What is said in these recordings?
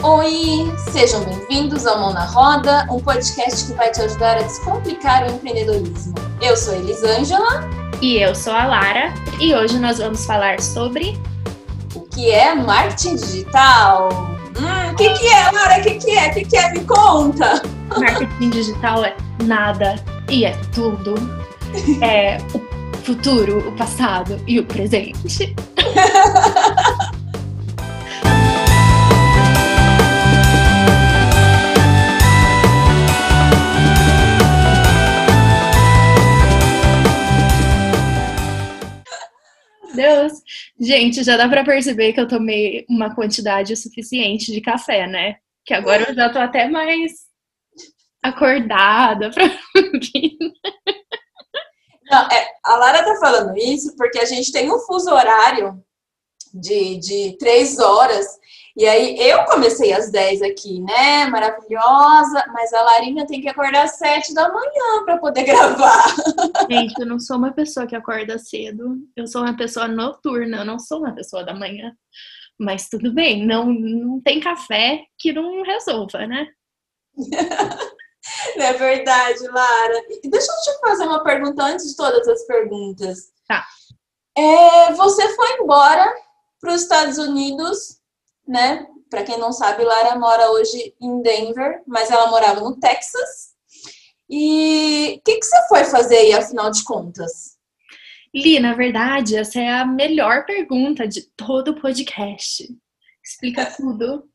Oi, sejam bem-vindos ao Mão na Roda, um podcast que vai te ajudar a descomplicar o empreendedorismo. Eu sou a Elisângela. E eu sou a Lara. E hoje nós vamos falar sobre... o que é marketing digital? O que é, Lara? O que é? Me conta! Marketing digital é nada e é tudo. É o futuro, o passado e o presente. Deus. Gente, já dá pra perceber que eu tomei uma quantidade suficiente de café, né? Que agora eu já tô até mais acordada pra vir. Não, a Lara tá falando isso porque a gente tem um fuso horário de 3 horas. E aí, eu comecei às 10 aqui, né? Maravilhosa. Mas a Larinha tem que acordar às 7 da manhã para poder gravar. Gente, eu não sou uma pessoa que acorda cedo. Eu sou uma pessoa noturna. Eu não sou uma pessoa da manhã. Mas tudo bem. Não tem café que não resolva, né? Não é verdade, Lara. Deixa eu te fazer uma pergunta antes de todas as perguntas. Tá. Você foi embora para os Estados Unidos, né? Para quem não sabe, Lara mora hoje em Denver, mas ela morava no Texas. E o que você foi fazer aí, afinal de contas? Li, na verdade, essa é a melhor pergunta de todo o podcast. Explica tudo.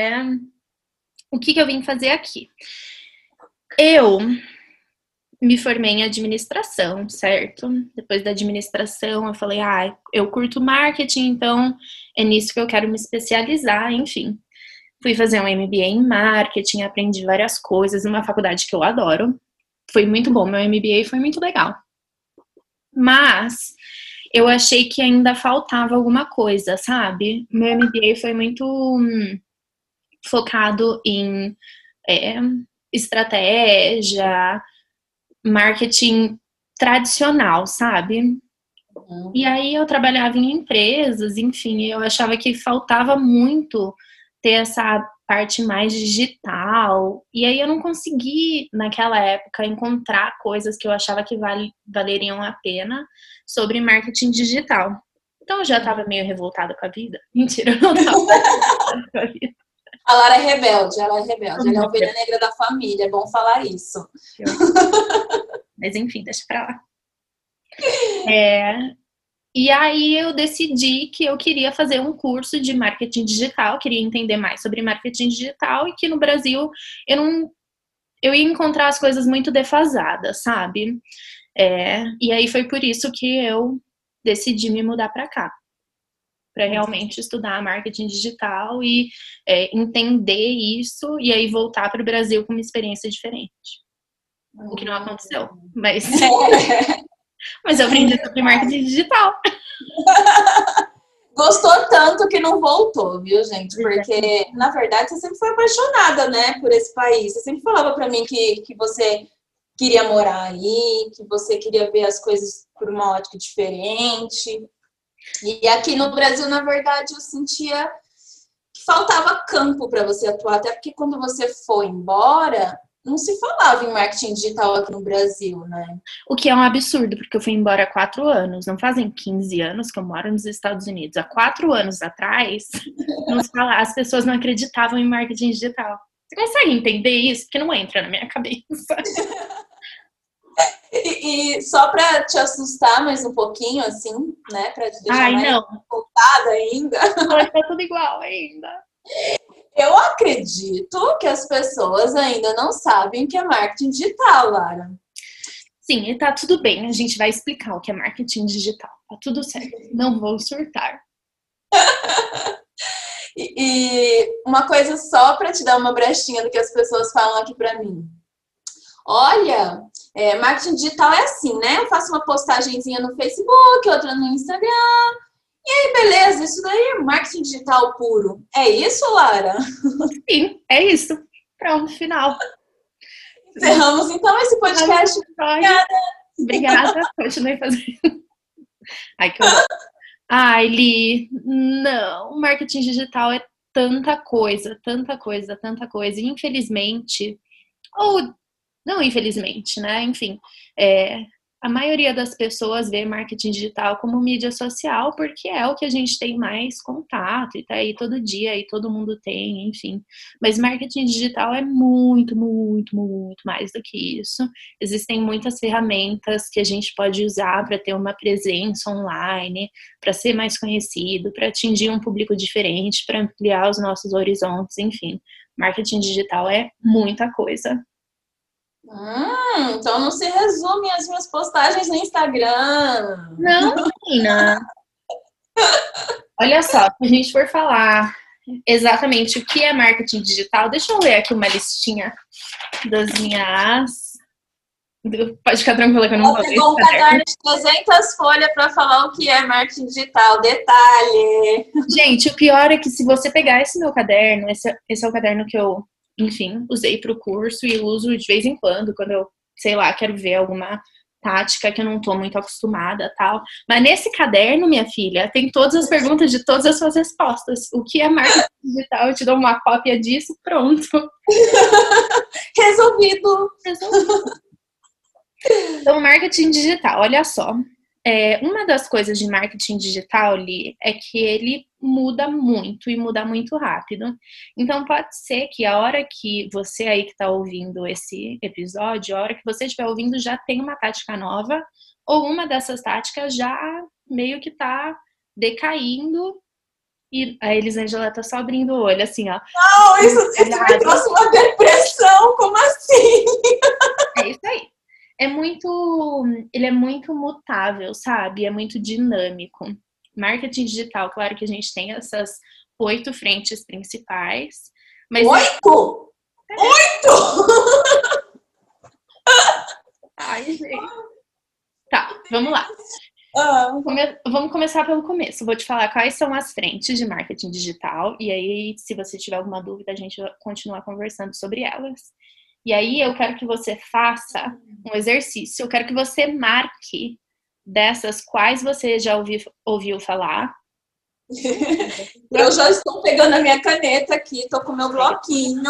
O que eu vim fazer aqui? Eu me formei em administração, certo? Depois da administração, eu falei, eu curto marketing, então é nisso que eu quero me especializar, enfim. Fui fazer um MBA em marketing, aprendi várias coisas, numa faculdade que eu adoro. Foi muito bom, meu MBA foi muito legal. Mas eu achei que ainda faltava alguma coisa, sabe? Meu MBA foi muito focado em estratégia, marketing tradicional, sabe? E aí eu trabalhava em empresas, enfim, eu achava que faltava muito ter essa parte mais digital. E aí eu não consegui, naquela época, encontrar coisas que eu achava que valeriam a pena sobre marketing digital. Então eu já estava meio revoltada com a vida. Mentira, eu não estava revoltada com a vida. A Lara é rebelde, ela é a ovelha negra da família, é bom falar isso. Mas enfim, deixa pra lá. E aí eu decidi que eu queria fazer um curso de marketing digital, queria entender mais sobre marketing digital e que no Brasil eu ia encontrar as coisas muito defasadas, sabe? E aí foi por isso que eu decidi me mudar pra cá. Para realmente estudar marketing digital e entender isso e aí voltar para o Brasil com uma experiência diferente. O que não aconteceu, mas eu aprendi sobre marketing digital. Gostou tanto que não voltou, viu, gente? Porque, na verdade, você sempre foi apaixonada, né, por esse país. Você sempre falava para mim que você queria morar aí, que você queria ver as coisas por uma ótica diferente. E aqui no Brasil, na verdade, eu sentia que faltava campo para você atuar, até porque quando você foi embora, não se falava em marketing digital aqui no Brasil, né? O que é um absurdo, porque eu fui embora há 4 anos, não fazem 15 anos que eu moro nos Estados Unidos. Há 4 anos atrás, as pessoas não acreditavam em marketing digital. Você consegue entender isso? Porque não entra na minha cabeça. E só para te assustar mais um pouquinho, assim, né? Para te deixar mais revoltada ainda. Tá tudo igual ainda. Eu acredito que as pessoas ainda não sabem o que é marketing digital, Lara. Sim, e tá tudo bem. A gente vai explicar o que é marketing digital. Tá tudo certo. Não vou surtar. E uma coisa só para te dar uma brechinha do que as pessoas falam aqui para mim. Olha, marketing digital é assim, né? Eu faço uma postagenzinha no Facebook, outra no Instagram. E aí, beleza, isso daí é marketing digital puro. É isso, Lara? Sim, é isso. Pronto, final. Encerramos então esse podcast. Obrigada. Continue fazendo. Ai, que horror. Li, não. Marketing digital é tanta coisa, tanta coisa, tanta coisa. E infelizmente, ou não infelizmente, né? Enfim, a maioria das pessoas vê marketing digital como mídia social porque é o que a gente tem mais contato e tá aí todo dia e todo mundo tem, enfim. Mas marketing digital é muito, muito, muito mais do que isso. Existem muitas ferramentas que a gente pode usar para ter uma presença online, para ser mais conhecido, para atingir um público diferente, para ampliar os nossos horizontes, enfim. Marketing digital é muita coisa. Então não se resume às minhas postagens no Instagram. Não, menina. Olha só, se a gente for falar exatamente o que é marketing digital, deixa eu ler aqui uma listinha das minhas. Pode ficar tranquila que eu não vou ler. Pegou um caderno de 300 folhas para falar o que é marketing digital. Detalhe! Gente, o pior é que se você pegar esse meu caderno, esse é o caderno que eu, enfim, usei para o curso e uso de vez em quando eu, sei lá, quero ver alguma tática que eu não tô muito acostumada, tal. Mas nesse caderno, minha filha, tem todas as perguntas de todas as suas respostas. O que é marketing digital? Eu te dou uma cópia disso, pronto. Resolvido. Então, marketing digital, olha só. Uma das coisas de marketing digital, Li, é que ele muda muito e muda muito rápido. Então, pode ser que a hora que você aí que está ouvindo esse episódio, a hora que você estiver ouvindo já tem uma tática nova, ou uma dessas táticas já meio que está decaindo. E a Elisângela tá só abrindo o olho, assim, ó. Não, isso me trouxe uma depressão, como assim? É isso aí. Ele é muito mutável, sabe? É muito dinâmico. Marketing digital, claro que a gente tem essas 8 frentes principais. Mas 8? 8? Ai, gente. Tá, vamos lá. Vamos começar pelo começo. Vou te falar quais são as frentes de marketing digital. E aí, se você tiver alguma dúvida, a gente vai continuar conversando sobre elas. E aí eu quero que você faça um exercício. Eu quero que você marque dessas quais você já ouviu falar. Eu já estou pegando a minha caneta aqui, estou com o meu bloquinho.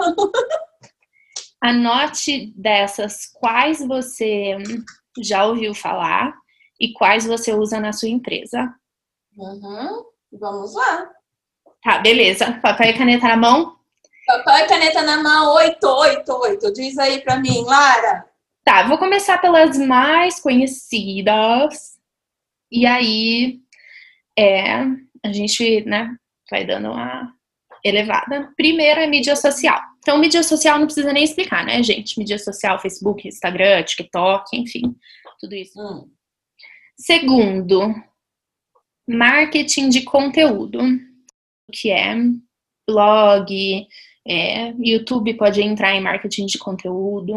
Anote dessas quais você já ouviu falar e quais você usa na sua empresa. Vamos lá. Tá, beleza. Papel e caneta na mão? Papel e caneta na mão, 8. Diz aí pra mim, Lara. Tá, vou começar pelas mais conhecidas. E aí, a gente, né, vai dando uma elevada. Primeiro é mídia social. Então, mídia social não precisa nem explicar, né, gente? Mídia social, Facebook, Instagram, TikTok, enfim, tudo isso. Segundo, marketing de conteúdo, que é blog, YouTube pode entrar em marketing de conteúdo.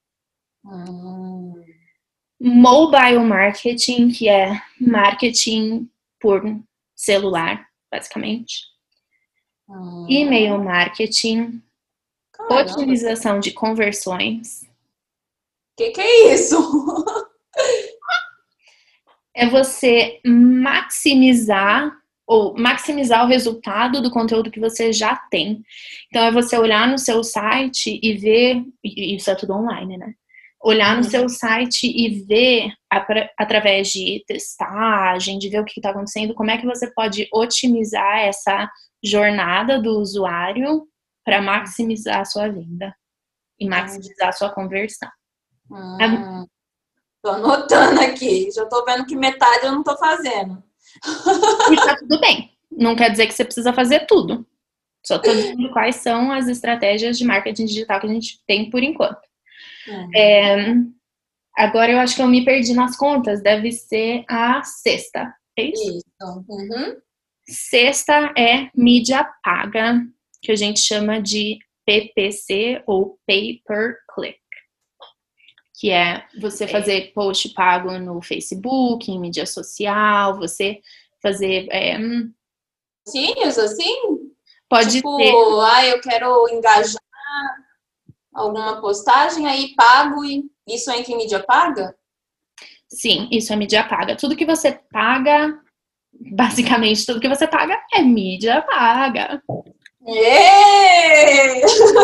Mobile marketing, que é marketing por celular, basicamente. E-mail marketing. Caramba. Otimização de conversões. Que é isso? É você maximizar o resultado do conteúdo que você já tem. Então, é você olhar no seu site e ver, isso é tudo online, né? Olhar no seu site e ver, através de testagem, de ver o que está acontecendo, como é que você pode otimizar essa jornada do usuário para maximizar a sua venda e maximizar a sua conversão. Tô anotando aqui, já tô vendo que metade eu não tô fazendo. E tá tudo bem. Não quer dizer que você precisa fazer tudo. Só tô dizendo quais são as estratégias de marketing digital que a gente tem por enquanto. Agora eu acho que eu me perdi nas contas. Deve ser a sexta. É isso? Sexta é mídia paga, que a gente chama de PPC ou Pay per Click. Que é você fazer post pago no Facebook, em mídia social, você fazer... Patrocínios, assim? Pode tipo, ser. Eu quero engajar alguma postagem, aí pago e isso entra em mídia paga? Sim, isso é mídia paga. Tudo que você paga basicamente tudo que você paga é mídia paga. Êêêê!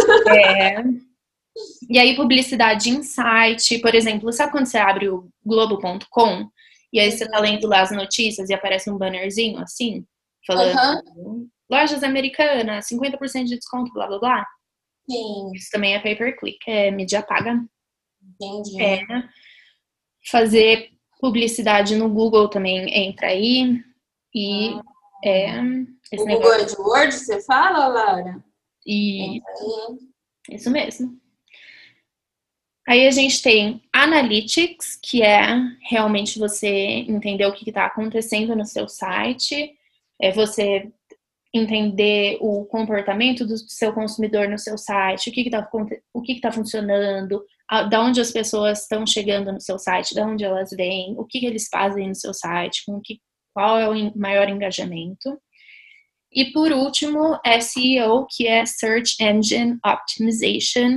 E aí, publicidade em site, por exemplo, sabe quando você abre o Globo.com e aí você tá lendo lá as notícias e aparece um bannerzinho assim, falando lojas americanas, 50% de desconto, blá blá blá. Sim. Isso também é pay per click, é mídia paga. Entendi. Fazer publicidade no Google também entra aí. E esse o negócio. Google AdWords, você fala, Lara? E isso mesmo. Aí a gente tem Analytics, que é realmente você entender o que está acontecendo no seu site, é você entender o comportamento do seu consumidor no seu site, o que está funcionando, da onde as pessoas estão chegando no seu site, da onde elas vêm, o que eles fazem no seu site, qual é o maior engajamento. E por último, SEO, que é Search Engine Optimization,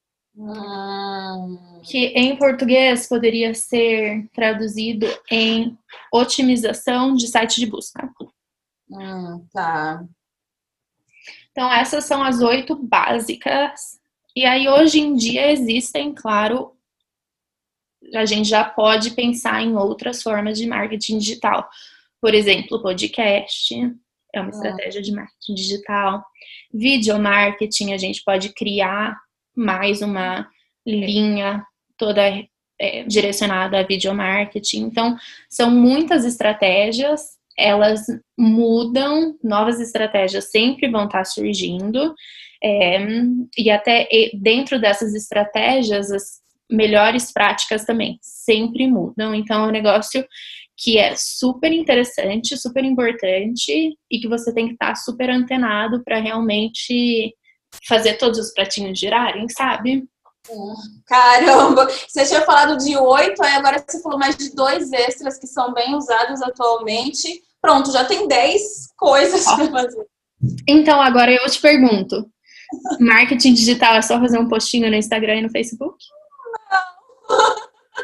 que em português poderia ser traduzido em otimização de site de busca. Tá. Então, essas são as 8 básicas. E aí, hoje em dia, existem, claro, a gente já pode pensar em outras formas de marketing digital. Por exemplo, podcast é uma estratégia de marketing digital. Video marketing, a gente pode criar mais uma linha toda direcionada a video marketing. Então, são muitas estratégias, elas mudam, novas estratégias sempre vão estar surgindo, e até dentro dessas estratégias, as melhores práticas também sempre mudam. Então, é um negócio que é super interessante, super importante e que você tem que estar super antenado para realmente fazer todos os pratinhos girarem, sabe? Caramba! Você tinha falado de 8, aí agora você falou mais de 2 extras que são bem usados atualmente. Pronto, já tem 10 coisas para fazer. Então, agora eu te pergunto, marketing digital é só fazer um postinho no Instagram e no Facebook? Não.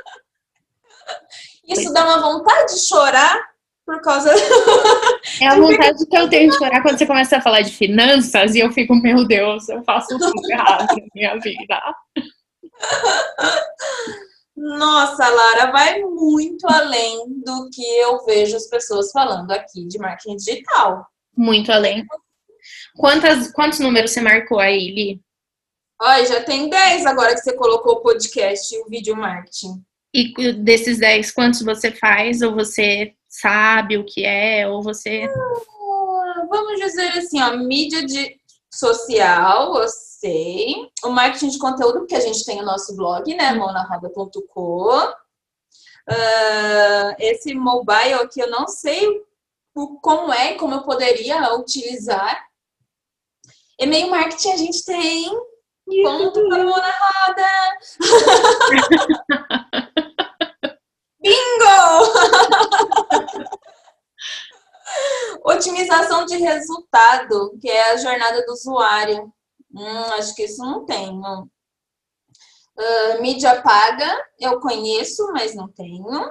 Isso dá uma vontade de chorar por causa... É a vontade que eu tenho de chorar quando você começa a falar de finanças e eu fico, meu Deus, eu faço tudo errado na minha vida. Nossa, Lara, vai muito além do que eu vejo as pessoas falando aqui de marketing digital. Muito além. Quantos números você marcou aí, Li? Olha, já tem 10 agora que você colocou o podcast e o vídeo marketing. E desses 10, quantos você faz? Ou você sabe o que é? Ou você... Vamos dizer assim, ó, mídia social, eu sei. O marketing de conteúdo, porque a gente tem o nosso blog, né, mãonarrada.com. Esse mobile aqui eu não sei como eu poderia utilizar. E-mail marketing a gente tem. Ponto para Mão na Roda. Bingo! Otimização de resultado, que é a jornada do usuário. Acho que isso não tem. Mídia paga, eu conheço, mas não tenho.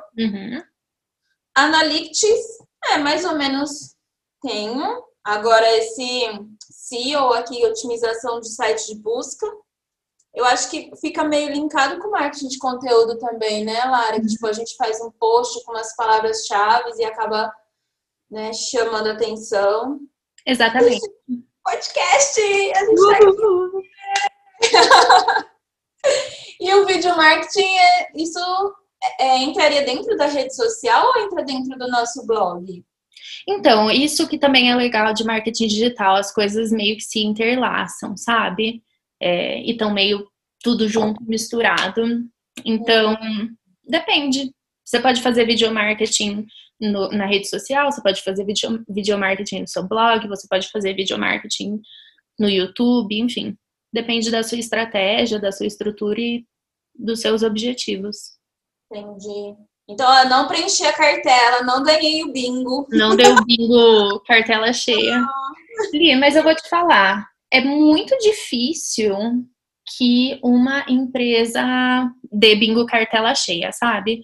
Analytics, mais ou menos tenho. Agora, esse SEO aqui, otimização de site de busca, eu acho que fica meio linkado com marketing de conteúdo também, né, Lara? Que, tipo, a gente faz um post com umas palavras-chave e acaba, né, chamando atenção. Exatamente. Podcast! A gente tá aqui. E o vídeo marketing, isso entraria dentro da rede social ou entra dentro do nosso blog? Então, isso que também é legal de marketing digital, as coisas meio que se interlaçam, sabe? E estão meio tudo junto, misturado. Então, depende. Você pode fazer video marketing na rede social, você pode fazer video marketing no seu blog, você pode fazer video marketing no YouTube, enfim. Depende da sua estratégia, da sua estrutura e dos seus objetivos. Entendi. Então, eu não preenchi a cartela, não ganhei o bingo. Não deu bingo, cartela cheia. Li, mas eu vou te falar, é muito difícil que uma empresa dê bingo cartela cheia, sabe?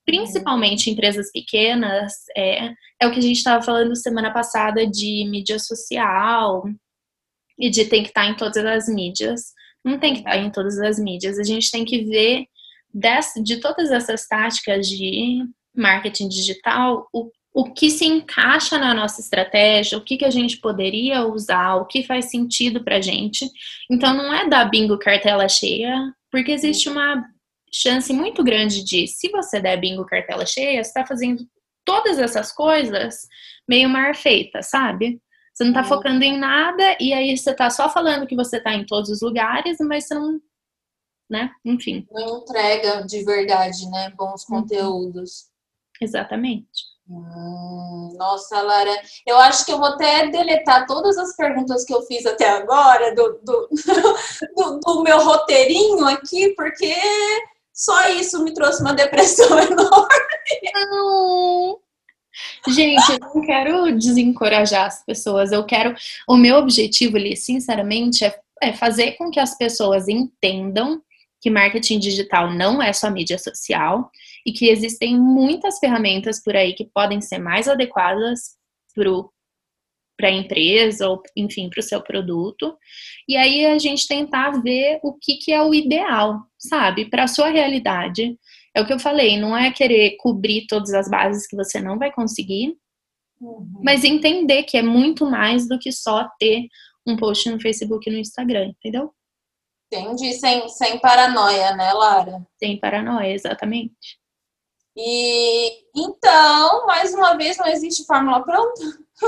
principalmente empresas pequenas, é o que a gente estava falando semana passada de mídia social e de tem que estar em todas as mídias. Não tem que estar em todas as mídias. A gente tem que ver de todas essas táticas de marketing digital, o que se encaixa na nossa estratégia, o que a gente poderia usar, o que faz sentido pra gente. Então, não é dar bingo cartela cheia, porque existe uma chance muito grande de, se você der bingo cartela cheia, você tá fazendo todas essas coisas meio mar feita, sabe? Você não tá focando em nada, e aí você tá só falando que você tá em todos os lugares, mas você não, né? Enfim. Não entrega de verdade, né? Bons conteúdos. Exatamente. Nossa, Lara, eu acho que eu vou até deletar todas as perguntas que eu fiz até agora do meu roteirinho aqui, porque só isso me trouxe uma depressão enorme. Não. Gente, eu não quero desencorajar as pessoas. O meu objetivo ali, sinceramente, é fazer com que as pessoas entendam que marketing digital não é só mídia social e que existem muitas ferramentas por aí que podem ser mais adequadas para a empresa ou, enfim, para o seu produto. E aí a gente tentar ver o que é o ideal, sabe? Para a sua realidade. É o que eu falei, não é querer cobrir todas as bases que você não vai conseguir, mas entender que é muito mais do que só ter um post no Facebook e no Instagram, entendeu? Entendi, sem paranoia, né, Lara? Sem paranoia, exatamente. E então, mais uma vez, não existe fórmula pronta?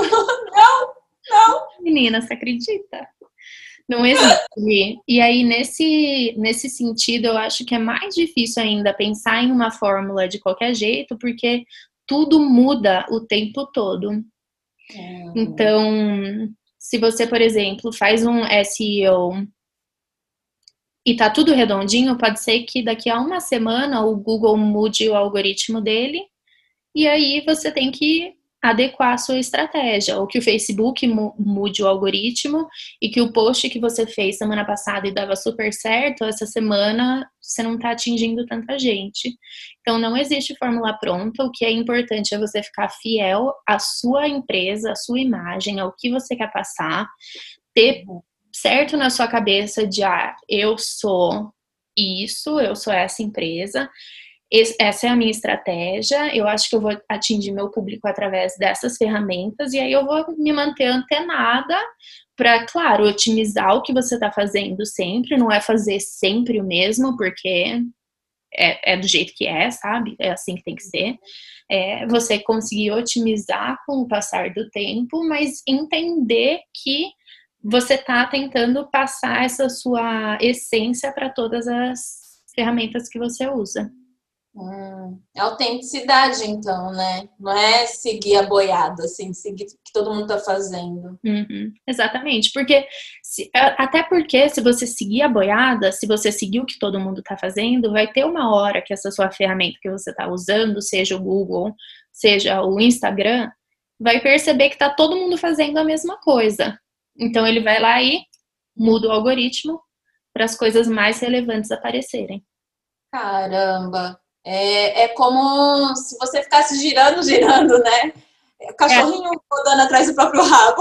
Não. Menina, você acredita? Não existe. E aí, nesse sentido, eu acho que é mais difícil ainda pensar em uma fórmula de qualquer jeito, porque tudo muda o tempo todo. Então, se você, por exemplo, faz um SEO e tá tudo redondinho, pode ser que daqui a uma semana o Google mude o algoritmo dele e aí você tem que adequar a sua estratégia, ou que o Facebook mude o algoritmo e que o post que você fez semana passada e dava super certo, essa semana você não está atingindo tanta gente. Então não existe fórmula pronta, o que é importante é você ficar fiel à sua empresa, à sua imagem, ao que você quer passar, ter certo na sua cabeça de, eu sou isso, eu sou essa empresa, essa é a minha estratégia, eu acho que eu vou atingir meu público através dessas ferramentas e aí eu vou me manter antenada para, claro, otimizar o que você está fazendo sempre, não é fazer sempre o mesmo, porque é do jeito que é, sabe? É assim que tem que ser. Você conseguir otimizar com o passar do tempo, mas entender que você está tentando passar essa sua essência para todas as ferramentas que você usa. Autenticidade, então, né? Não é seguir a boiada, assim, seguir o que todo mundo tá fazendo. Exatamente, porque até porque se você seguir a boiada, se você seguir o que todo mundo tá fazendo, vai ter uma hora que essa sua ferramenta que você tá usando, seja o Google, seja o Instagram, vai perceber que tá todo mundo fazendo a mesma coisa. Então ele vai lá e muda o algoritmo para as coisas mais relevantes aparecerem. Caramba! É como se você ficasse girando, né? O cachorrinho rodando atrás do próprio rabo.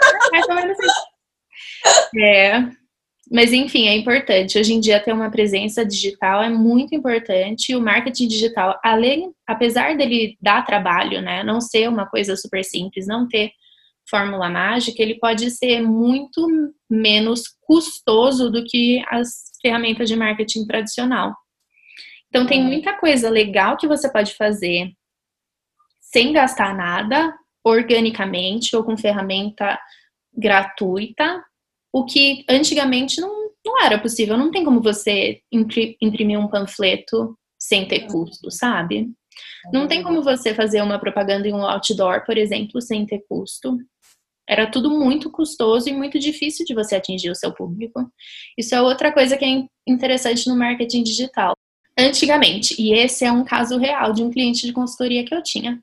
Mas enfim, é importante. Hoje em dia ter uma presença digital é muito importante. E o marketing digital, apesar dele dar trabalho, né? Não ser uma coisa super simples, não ter fórmula mágica, ele pode ser muito menos custoso do que as ferramentas de marketing tradicional. Então tem muita coisa legal que você pode fazer sem gastar nada, organicamente ou com ferramenta gratuita, o que antigamente não era possível. Não tem como você imprimir um panfleto sem ter custo, sabe? Não tem como você fazer uma propaganda em um outdoor, por exemplo, sem ter custo. Era tudo muito custoso e muito difícil de você atingir o seu público. Isso é outra coisa que é interessante no marketing digital. Antigamente, e esse é um caso real de um cliente de consultoria que eu tinha.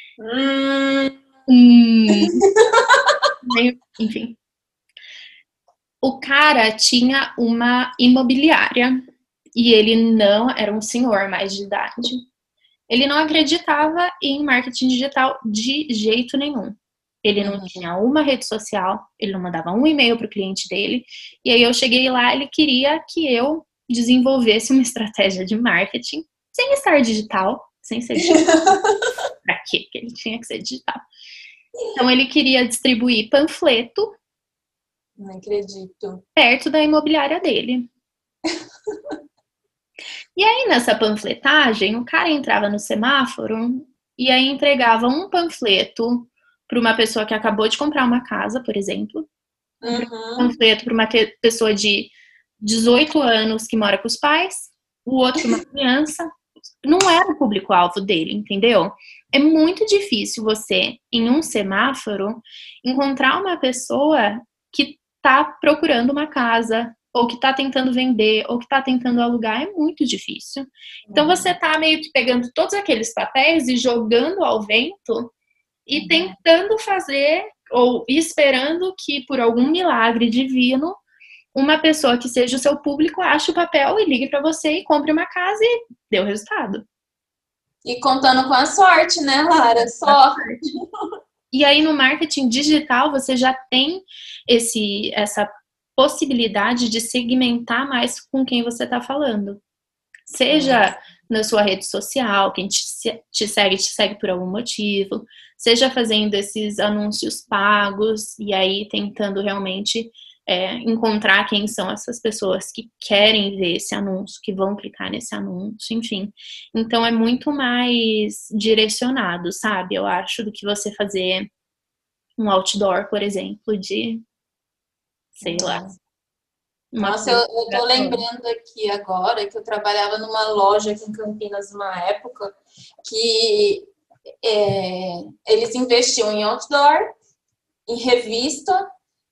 Enfim. O cara tinha uma imobiliária e ele não era um senhor mais de idade. Ele não acreditava em marketing digital de jeito nenhum. Ele não tinha uma rede social, ele não mandava um e-mail para o cliente dele. E aí eu cheguei lá, ele queria que eu desenvolvesse uma estratégia de marketing sem estar digital, sem ser digital. Para quê? Porque ele tinha que ser digital. Então ele queria distribuir panfleto. Não acredito. Perto da imobiliária dele. E aí, nessa panfletagem, o cara entrava no semáforo e aí entregava um panfleto para uma pessoa que acabou de comprar uma casa, por exemplo. Um panfleto para uma pessoa de 18 anos que mora com os pais. O outro para uma criança. Não era o público-alvo dele, entendeu? É muito difícil você, em um semáforo, encontrar uma pessoa que tá procurando uma casa, ou que tá tentando vender, ou que tá tentando alugar, é muito difícil. Então você tá meio que pegando todos aqueles papéis e jogando ao vento e tentando fazer, ou esperando que por algum milagre divino, uma pessoa que seja o seu público ache o papel e ligue para você e compre uma casa e dê o resultado. E contando com a sorte, né, Lara? Só. E aí no marketing digital você já tem essa possibilidade de segmentar mais com quem você está falando. Seja na sua rede social, quem te segue por algum motivo, seja fazendo esses anúncios pagos e aí tentando realmente encontrar quem são essas pessoas que querem ver esse anúncio, que vão clicar nesse anúncio, enfim. Então é muito mais direcionado, sabe? Eu acho, do que você fazer um outdoor, por exemplo, de, sei lá. Nossa, eu tô lembrando aqui agora que eu trabalhava numa loja aqui em Campinas numa época que eles investiam em outdoor, em revista,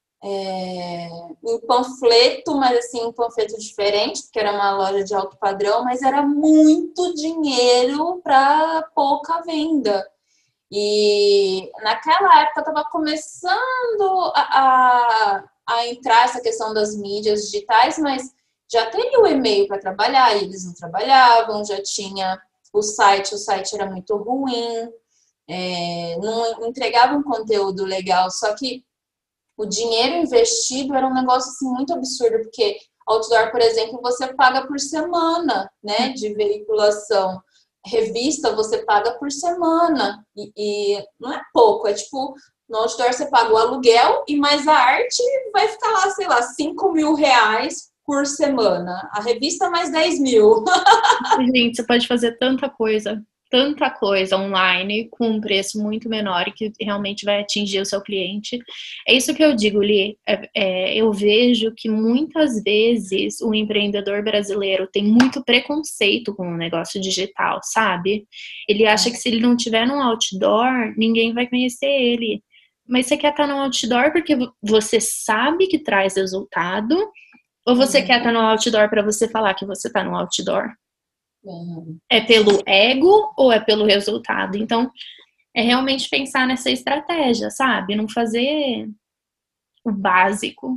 em panfleto, mas assim, um panfleto diferente, porque era uma loja de alto padrão, mas era muito dinheiro para pouca venda. E naquela época estava começando a entrar essa questão das mídias digitais, mas já teria o e-mail para trabalhar, e eles não trabalhavam, já tinha o site era muito ruim, não entregava um conteúdo legal, só que o dinheiro investido era um negócio assim, muito absurdo, porque outdoor, por exemplo, você paga por semana, né, de veiculação. Revista você paga por semana e não é pouco, é tipo, no outdoor você paga o aluguel e mais a arte vai ficar lá, sei lá, 5 mil reais por semana. A revista mais 10 mil. Gente, você pode fazer tanta coisa online com um preço muito menor e que realmente vai atingir o seu cliente. É isso que eu digo, Li. Eu vejo que muitas vezes o empreendedor brasileiro tem muito preconceito com o negócio digital, sabe? Ele acha que se ele não tiver num outdoor, ninguém vai conhecer ele. Mas você quer estar no outdoor porque você sabe que traz resultado, ou você quer estar no outdoor para você falar que você está no outdoor? É pelo ego ou é pelo resultado? Então, é realmente pensar nessa estratégia, sabe? Não fazer o básico.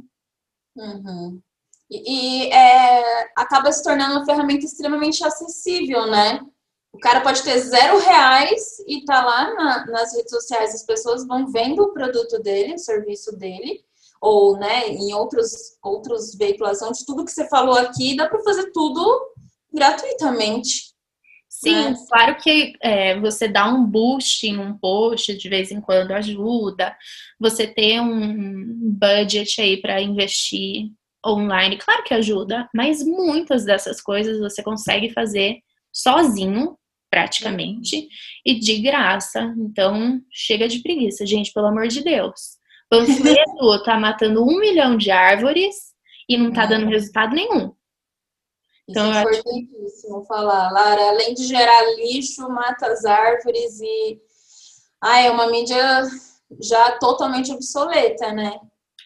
Acaba se tornando uma ferramenta extremamente acessível, né? O cara pode ter R$0 e tá lá nas redes sociais, as pessoas vão vendo o produto dele, o serviço dele, ou, né, em outros veiculação de tudo que você falou aqui, dá para fazer tudo gratuitamente. Sim, né? Claro que você dá um boost em um post de vez em quando ajuda, você ter um budget aí para investir online, claro que ajuda, mas muitas dessas coisas você consegue fazer sozinho, praticamente, e de graça. Então, chega de preguiça, gente, pelo amor de Deus. Panfleto tá matando 1 milhão de árvores e não tá dando resultado nenhum. Então, isso é importantíssimo falar, Lara. Além de gerar lixo, mata as árvores e... é uma mídia já totalmente obsoleta, né?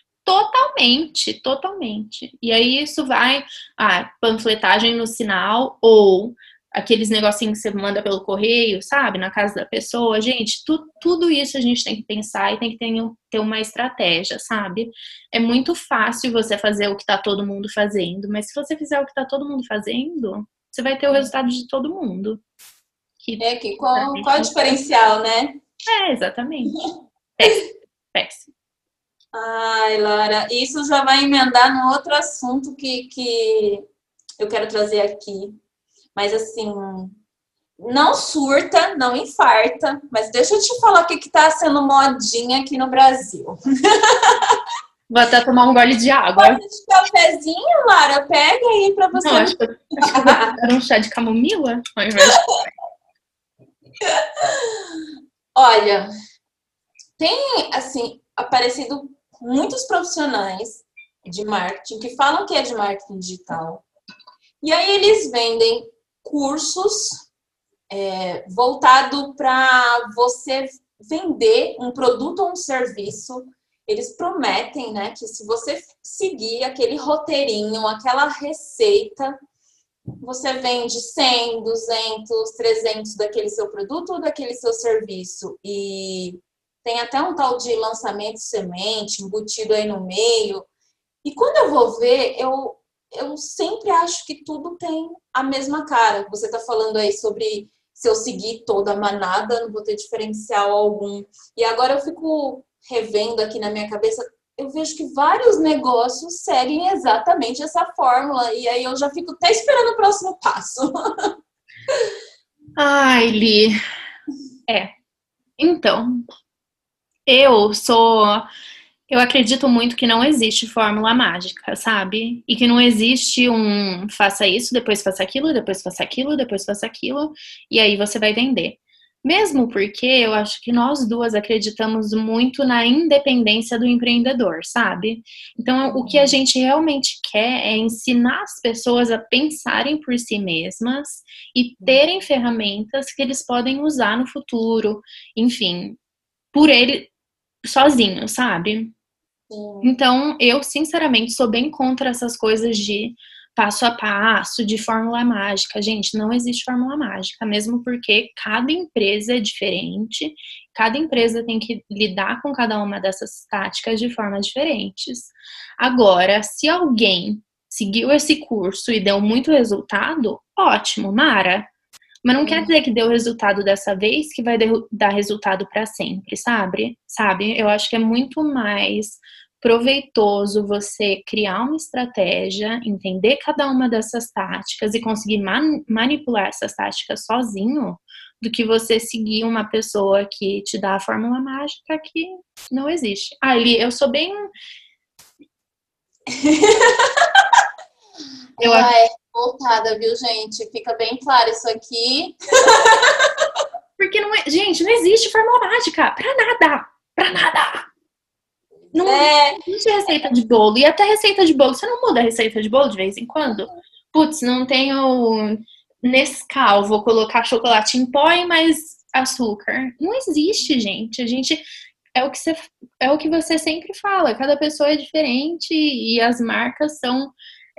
Totalmente. E aí isso vai... panfletagem no sinal ou aqueles negocinhos que você manda pelo correio, sabe? Na casa da pessoa. Gente, tudo isso a gente tem que pensar e tem que ter uma estratégia, sabe? É muito fácil você fazer o que tá todo mundo fazendo, mas se você fizer o que tá todo mundo fazendo, você vai ter o resultado de todo mundo. Qual é o diferencial, né? Exatamente. Péssimo. Ai, Lara, isso já vai emendar no outro assunto que eu quero trazer aqui. Mas assim, não surta, não infarta, mas deixa eu te falar o que tá sendo modinha aqui no Brasil. Vou até tomar um gole de água. Pode de cafezinho, Lara? Pega aí pra você. Não, acho que eu vou dar um chá de camomila ao invés de... Olha, tem, assim, aparecido muitos profissionais de marketing que falam que é de marketing digital. E aí eles vendem cursos voltado para você vender um produto ou um serviço. Eles prometem, né, que se você seguir aquele roteirinho, aquela receita, você vende 100, 200, 300 daquele seu produto ou daquele seu serviço. E tem até um tal de lançamento semente embutido aí no meio. E quando eu vou ver, eu sempre acho que tudo tem a mesma cara. Você está falando aí sobre se eu seguir toda a manada, não vou ter diferencial algum. E agora eu fico revendo aqui na minha cabeça, eu vejo que vários negócios seguem exatamente essa fórmula. E aí eu já fico até esperando o próximo passo. Ai, Li. Então, eu acredito muito que não existe fórmula mágica, sabe? E que não existe um faça isso, depois faça aquilo, depois faça aquilo, depois faça aquilo, e aí você vai vender. Mesmo porque eu acho que nós duas acreditamos muito na independência do empreendedor, sabe? Então, o que a gente realmente quer é ensinar as pessoas a pensarem por si mesmas e terem ferramentas que eles podem usar no futuro, enfim, por ele sozinho, sabe? Então, eu sinceramente sou bem contra essas coisas de passo a passo, de fórmula mágica. Gente, não existe fórmula mágica, mesmo porque cada empresa é diferente, cada empresa tem que lidar com cada uma dessas táticas de formas diferentes. Agora, se alguém seguiu esse curso e deu muito resultado, ótimo, Mara. Mas não quer dizer que deu resultado dessa vez que vai dar resultado para sempre, sabe? Eu acho que é muito mais proveitoso você criar uma estratégia, entender cada uma dessas táticas e conseguir manipular essas táticas sozinho, do que você seguir uma pessoa que te dá a fórmula mágica que não existe. Ali, eu sou bem... Voltada, viu, gente? Fica bem claro isso aqui. Porque não é... Gente, não existe fórmula mágica pra nada. Pra nada. Não existe receita de bolo. E até receita de bolo, você não muda a receita de bolo de vez em quando? Putz, não tenho Nescau, vou colocar chocolate em pó e mais açúcar. Não existe, gente. A gente... É o que você sempre fala. Cada pessoa é diferente e as marcas são...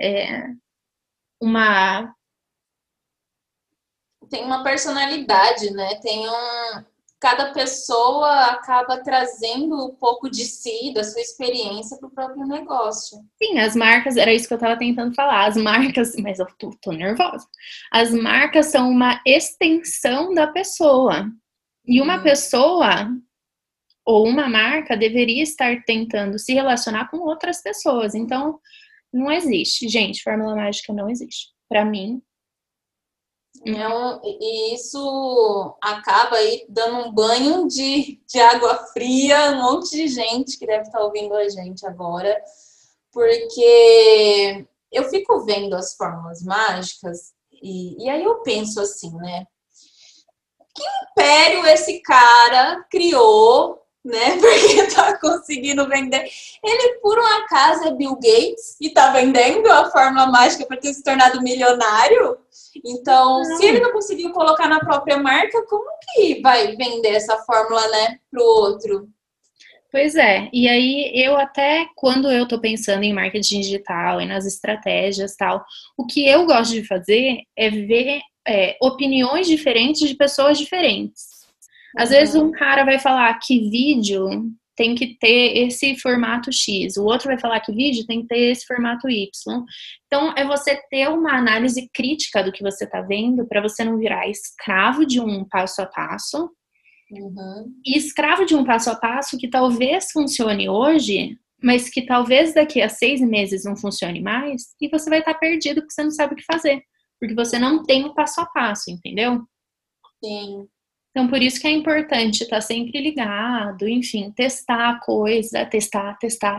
Tem uma personalidade, né? Cada pessoa acaba trazendo um pouco de si, da sua experiência para o próprio negócio. Sim, as marcas, era isso que eu estava tentando falar. As marcas, mas eu tô nervosa. As marcas são uma extensão da pessoa. E uma pessoa ou uma marca deveria estar tentando se relacionar com outras pessoas. Então, não existe. Gente, fórmula mágica não existe. Para mim. E isso acaba aí dando um banho de água fria, um monte de gente que deve estar ouvindo a gente agora, porque eu fico vendo as fórmulas mágicas e aí eu penso assim, né? Que império esse cara criou, né? Porque tá conseguindo vender. Ele, por um acaso, é Bill Gates e tá vendendo a fórmula mágica para ter se tornado milionário? Então, se ele não conseguiu colocar na própria marca, como que vai vender essa fórmula, né, pro outro? Pois é, e aí eu até, quando eu tô pensando em marketing digital e nas estratégias e tal, o que eu gosto de fazer é ver opiniões diferentes de pessoas diferentes. Às vezes um cara vai falar que vídeo tem que ter esse formato X, o outro vai falar que vídeo tem que ter esse formato Y. Então, é você ter uma análise crítica do que você está vendo para você não virar escravo de um passo a passo. E escravo de um passo a passo que talvez funcione hoje, mas que talvez daqui a 6 meses não funcione mais, e você vai estar perdido porque você não sabe o que fazer. Porque você não tem o passo a passo, entendeu? Sim. Então, por isso que é importante estar sempre ligado, enfim, testar a coisa, testar.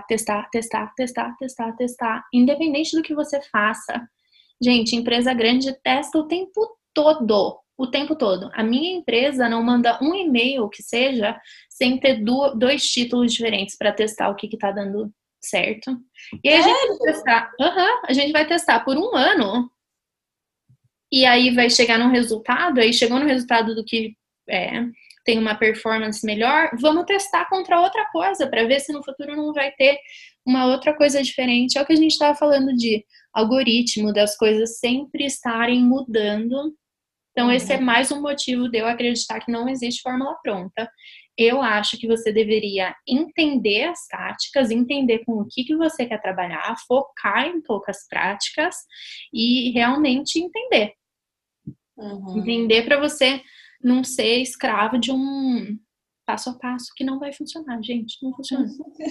Independente do que você faça. Gente, empresa grande testa o tempo todo. O tempo todo. A minha empresa não manda um e-mail que seja sem ter 2 títulos diferentes para testar o que tá dando certo. E aí a gente vai testar por 1 ano. E aí vai chegar num resultado, aí chegou no resultado do que tem uma performance melhor, vamos testar contra outra coisa para ver se no futuro não vai ter uma outra coisa diferente. É o que a gente estava falando de algoritmo, das coisas sempre estarem mudando. Então, esse é mais um motivo de eu acreditar que não existe fórmula pronta. Eu acho que você deveria entender as táticas, entender com o que você quer trabalhar, focar em poucas práticas e realmente entender. Entender para você não ser escravo de um passo a passo que não vai funcionar, gente. Não funciona.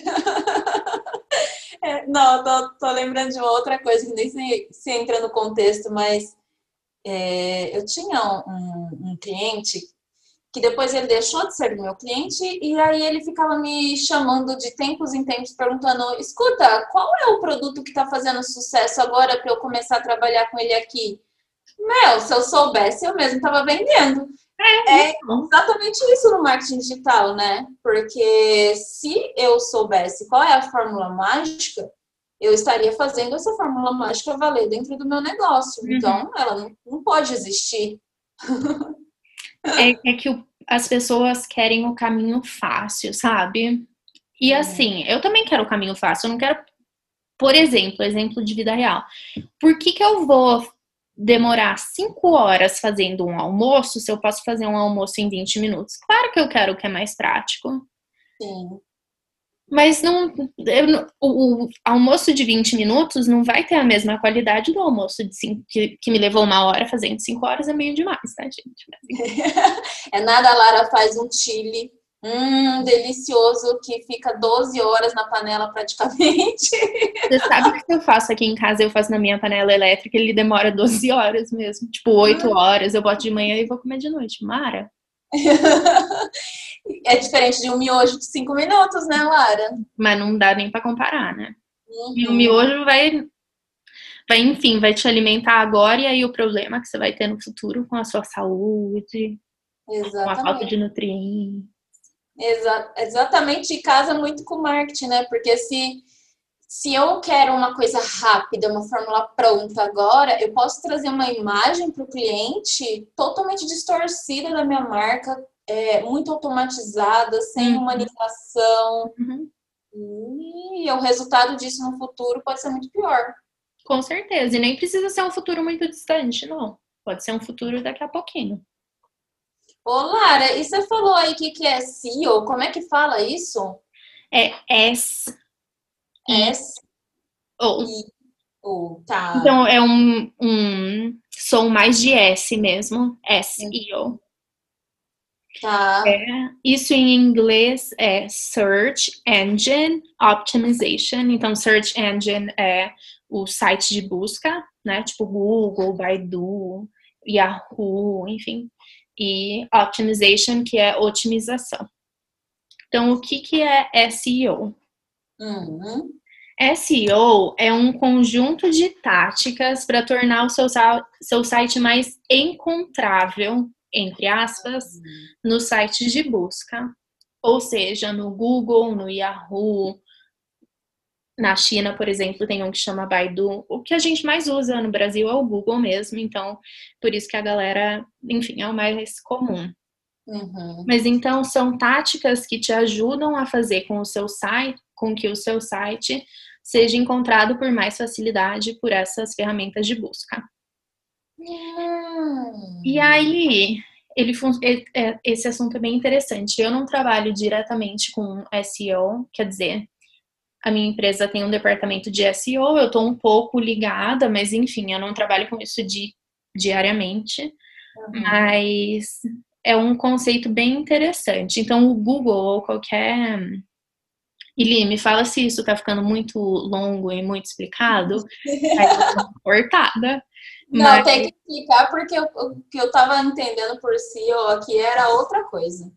Não, tô lembrando de uma outra coisa que nem se entra no contexto, mas eu tinha um cliente que depois ele deixou de ser meu cliente e aí ele ficava me chamando de tempos em tempos, perguntando: escuta, qual é o produto que tá fazendo sucesso agora para eu começar a trabalhar com ele aqui? Meu, se eu soubesse, eu mesmo tava vendendo. É exatamente isso no marketing digital, né? Porque se eu soubesse qual é a fórmula mágica, eu estaria fazendo essa fórmula mágica valer dentro do meu negócio. Então, ela não pode existir. É que as pessoas querem o caminho fácil, sabe? E assim, eu também quero o caminho fácil. Eu não quero, por exemplo de vida real. Por que eu vou demorar 5 horas fazendo um almoço se eu posso fazer um almoço em 20 minutos? Claro que eu quero o que é mais prático. Sim. Mas o almoço de 20 minutos não vai ter a mesma qualidade do almoço de 5, que me levou 1 hora fazendo. 5 horas é meio demais, tá, gente? É nada, a Lara faz um chili delicioso que fica 12 horas na panela praticamente. Você sabe o que eu faço aqui em casa? Eu faço na minha panela elétrica, ele demora 12 horas mesmo. Tipo, 8 horas, eu boto de manhã e vou comer de noite. Mara? É diferente de um miojo de 5 minutos, né, Lara? Mas não dá nem pra comparar, né? E o miojo enfim, vai te alimentar agora, e aí o problema que você vai ter no futuro com a sua saúde, com a falta de nutrientes. Exatamente, e casa muito com o marketing, né? Porque se eu quero uma coisa rápida, uma fórmula pronta agora, eu posso trazer uma imagem para o cliente totalmente distorcida da minha marca, muito automatizada, sem humanização. E o resultado disso no futuro pode ser muito pior. Com certeza, e nem precisa ser um futuro muito distante, não. Pode ser um futuro daqui a pouquinho. Ô, Lara, e você falou aí que é SEO? Como é que fala isso? É S. S-I-O, tá. Então, é um som mais de S mesmo. SEO. Tá. Isso em inglês é Search Engine Optimization. Então, Search Engine é o site de busca, né? Tipo Google, Baidu, Yahoo, enfim. E Optimization, que é otimização. Então, o que é SEO? SEO é um conjunto de táticas para tornar o seu site mais encontrável, entre aspas, nos sites de busca. Ou seja, no Google, no Yahoo. Na China, por exemplo, tem um que chama Baidu. O que a gente mais usa no Brasil é o Google mesmo. Então, por isso que a galera, enfim, é o mais comum. Mas então, são táticas que te ajudam a fazer com que o seu site seja encontrado por mais facilidade por essas ferramentas de busca. E aí, Esse assunto é bem interessante. Eu não trabalho diretamente com SEO, quer dizer, a minha empresa tem um departamento de SEO, eu estou um pouco ligada, mas enfim, eu não trabalho com isso diariamente. Mas é um conceito bem interessante. Então, o Google ou qualquer... Ili, me fala se isso tá ficando muito longo e muito explicado. Aí eu vou dar uma cortada. Não, Mas, tem que explicar porque o que eu tava entendendo por si ó, aqui era outra coisa.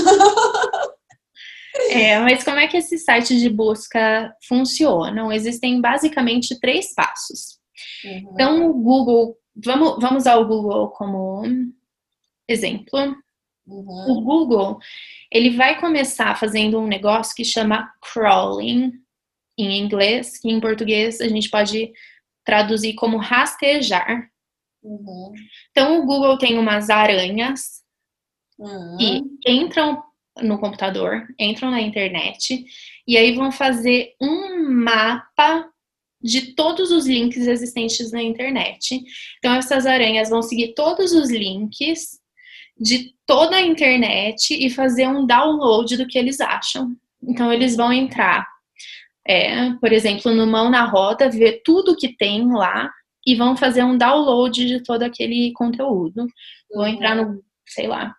mas como é que esses sites de busca funcionam? Existem basicamente 3 passos. Então, o Google... Vamos usar o Google como exemplo. O Google, ele vai começar fazendo um negócio que chama crawling, em inglês, que em português a gente pode traduzir como rastejar. Então, o Google tem umas aranhas que entram no computador, entram na internet, e aí vão fazer um mapa de todos os links existentes na internet. Então, essas aranhas vão seguir todos os links de toda a internet e fazer um download do que eles acham. Então, eles vão entrar, por exemplo, no Mão na Roda, ver tudo que tem lá e vão fazer um download de todo aquele conteúdo. Vão entrar no, sei lá,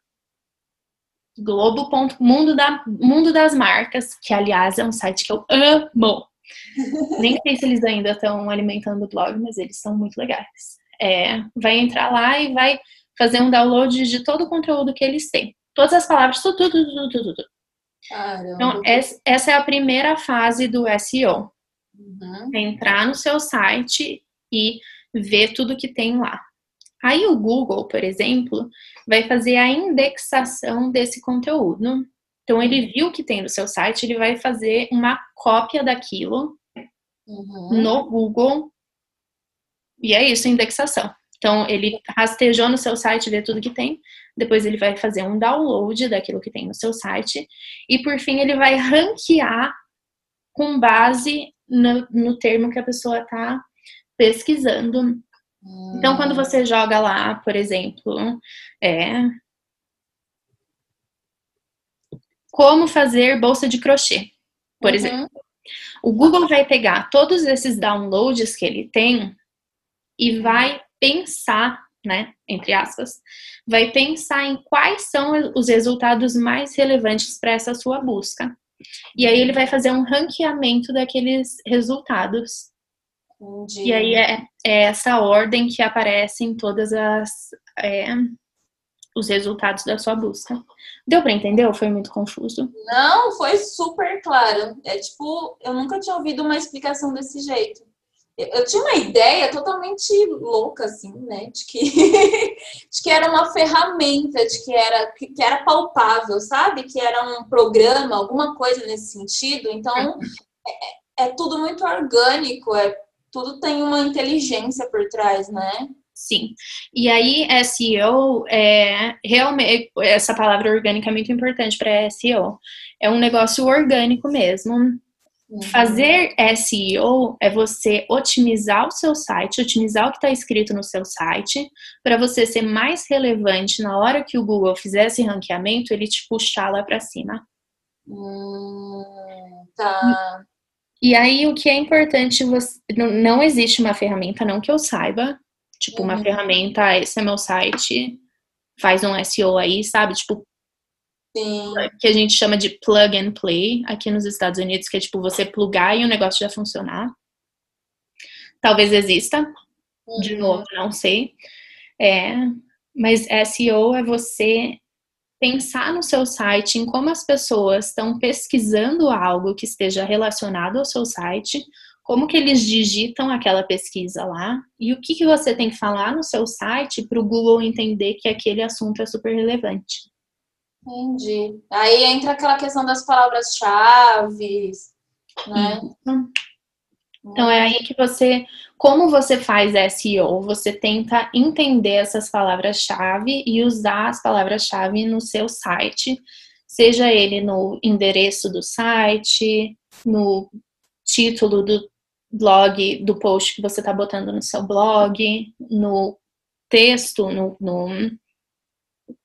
Mundo das Marcas, que, aliás, é um site que eu amo. Nem sei se eles ainda estão alimentando o blog, mas eles são muito legais. Vai entrar lá e vai fazer um download de todo o conteúdo que eles têm. Todas as palavras, tudo. Então, essa é a primeira fase do SEO. Entrar no seu site e ver tudo que tem lá. Aí o Google, por exemplo, vai fazer a indexação desse conteúdo. Então, ele viu o que tem no seu site, ele vai fazer uma cópia daquilo no Google. E é isso, indexação. Então, ele rastejou no seu site, vê tudo que tem. Depois ele vai fazer um download daquilo que tem no seu site. E, por fim, ele vai ranquear com base no termo que a pessoa está pesquisando. Então, quando você joga lá, por exemplo, como fazer bolsa de crochê, por exemplo. O Google vai pegar todos esses downloads que ele tem e vai pensar, né, entre aspas, vai pensar em quais são os resultados mais relevantes para essa sua busca. E aí ele vai fazer um ranqueamento daqueles resultados. Entendi. E aí é essa ordem que aparece em todas os resultados da sua busca. Deu para entender ou foi muito confuso? Não, foi super claro. Eu nunca tinha ouvido uma explicação desse jeito. Eu tinha uma ideia totalmente louca, assim, né? De que era uma ferramenta, de que era palpável, sabe? Que era um programa, alguma coisa nesse sentido. Então, é tudo muito orgânico, tudo tem uma inteligência por trás, né? Sim. E aí, SEO realmente, essa palavra orgânica é muito importante para SEO. É um negócio orgânico mesmo. Fazer SEO é você otimizar o seu site, otimizar o que está escrito no seu site, para você ser mais relevante na hora que o Google fizer esse ranqueamento, ele te puxar lá para cima. Tá. E aí, o que é importante, não existe uma ferramenta, não que eu saiba, tipo, uma ferramenta, esse é meu site, faz um SEO aí, sabe? Tipo, sim, que a gente chama de plug and play aqui nos Estados Unidos, que é tipo você plugar e o negócio já funcionar. Talvez exista, de novo, não sei. Mas SEO é você pensar no seu site, em como as pessoas estão pesquisando algo que esteja relacionado ao seu site, como que eles digitam aquela pesquisa lá, e o que você tem que falar no seu site para o Google entender que aquele assunto é super relevante. Entendi. Aí entra aquela questão das palavras-chave, né? Então é aí que como você faz SEO, você tenta entender essas palavras-chave e usar as palavras-chave no seu site, seja ele no endereço do site, no título do blog, do post que você está botando no seu blog, no texto,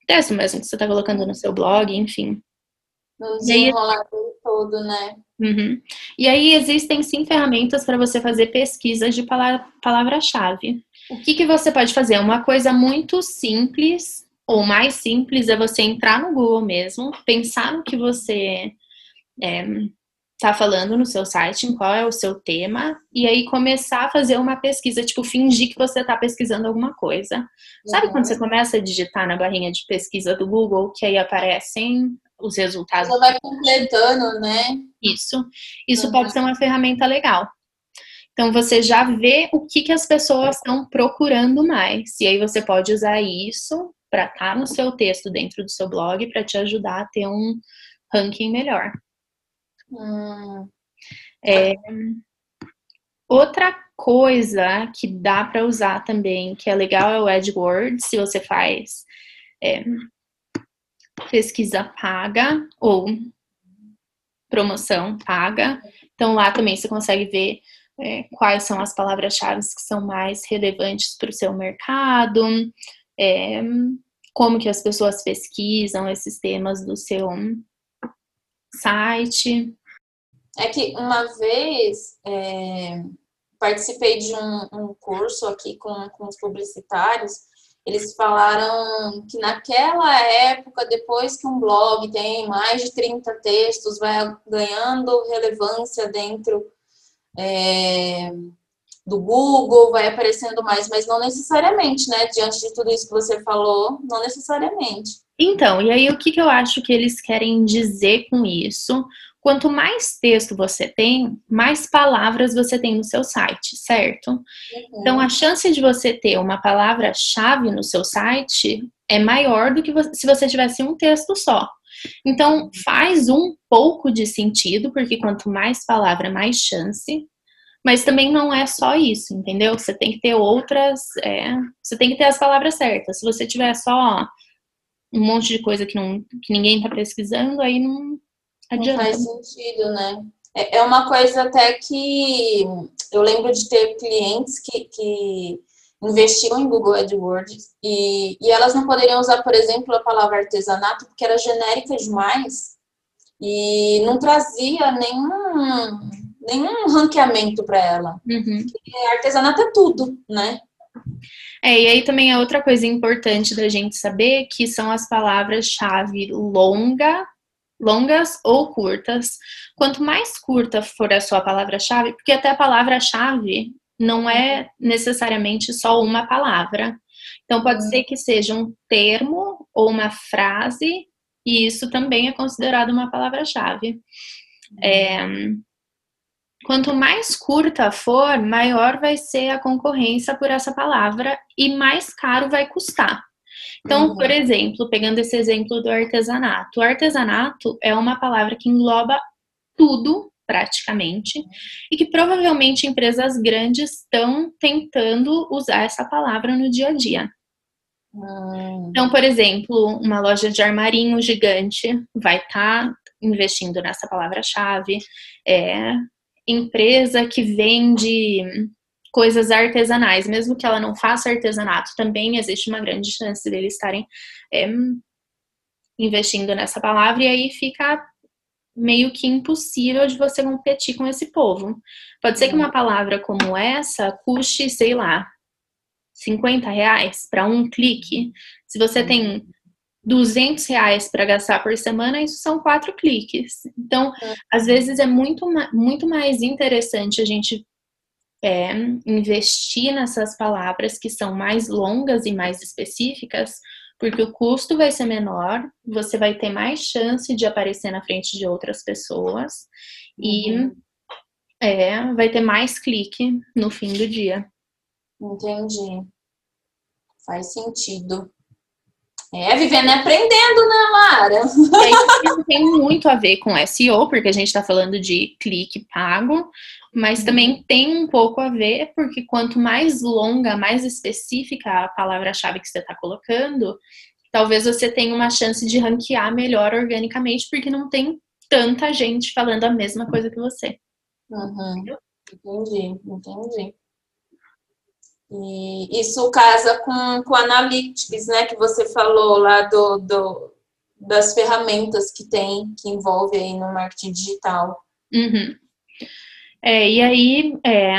texto mesmo que você está colocando no seu blog, enfim. No E aí, desenrolar todo, né? uhum. E aí existem sim ferramentas para você fazer pesquisas de palavra-chave. O que você pode fazer? Uma coisa muito simples, ou mais simples, é você entrar no Google mesmo, pensar no que você tá falando no seu site, em qual é o seu tema, e aí começar a fazer uma pesquisa, tipo, fingir que você tá pesquisando alguma coisa. Sabe quando você começa a digitar na barrinha de pesquisa do Google, que aí aparecem os resultados? Já vai completando, né? Isso pode ser uma ferramenta legal. Então, você já vê o que as pessoas estão procurando mais. E aí você pode usar isso para estar no seu texto dentro do seu blog para te ajudar a ter um ranking melhor. Outra coisa que dá para usar também, que é legal, é o AdWords, se você faz pesquisa paga ou promoção paga. Então, lá também você consegue ver quais são as palavras-chave que são mais relevantes para o seu mercado, como que as pessoas pesquisam esses temas do seu site. É que uma vez participei de um curso aqui com os publicitários. Eles falaram que naquela época, depois que um blog tem mais de 30 textos, vai ganhando relevância dentro do Google, vai aparecendo mais, mas não necessariamente, né? Diante de tudo isso que você falou, não necessariamente. Então, e aí o que eu acho que eles querem dizer com isso? Quanto mais texto você tem, mais palavras você tem no seu site, certo? Então, a chance de você ter uma palavra-chave no seu site é maior do que se você tivesse um texto só. Então, faz um pouco de sentido, porque quanto mais palavra, mais chance. Mas também não é só isso, entendeu? Você tem que ter outras. Você tem que ter as palavras certas. Se você tiver só um monte de coisa que ninguém tá pesquisando, aí não adianta. Não faz sentido, né? É uma coisa até que eu lembro de ter clientes que investiam em Google AdWords e elas não poderiam usar, por exemplo, a palavra artesanato porque era genérica demais e não trazia nenhum ranqueamento para ela. Porque artesanato é tudo, né? E aí também é outra coisa importante da gente saber que são as palavras-chave longas ou curtas. Quanto mais curta for a sua palavra-chave, porque até a palavra-chave não é necessariamente só uma palavra. Então pode ser que seja um termo ou uma frase, e isso também é considerado uma palavra-chave. Quanto mais curta for, maior vai ser a concorrência por essa palavra e mais caro vai custar. Então, por exemplo, pegando esse exemplo do artesanato. O artesanato é uma palavra que engloba tudo, praticamente, e que provavelmente empresas grandes estão tentando usar essa palavra no dia a dia. Então, por exemplo, uma loja de armarinho gigante vai estar investindo nessa palavra-chave. Empresa que vende coisas artesanais, mesmo que ela não faça artesanato, também existe uma grande chance deles estarem investindo nessa palavra, e aí fica meio que impossível de você competir com esse povo. Pode ser que uma palavra como essa custe, sei lá, R$50 para um clique. Se você tem R$200 para gastar por semana, isso são 4 cliques. Então, às vezes é muito mais interessante a gente investir nessas palavras que são mais longas e mais específicas, porque o custo vai ser menor, você vai ter mais chance de aparecer na frente de outras pessoas e vai ter mais clique no fim do dia. Entendi. Faz sentido. Vivendo e aprendendo, né, Lara? Isso tem muito a ver com SEO, porque a gente está falando de clique pago, mas também tem um pouco a ver, porque quanto mais longa, mais específica a palavra-chave que você está colocando, talvez você tenha uma chance de ranquear melhor organicamente, porque não tem tanta gente falando a mesma coisa que você. Entendi. E isso casa com Analytics, né? Que você falou lá das ferramentas que envolve aí no marketing digital. Uhum. E aí,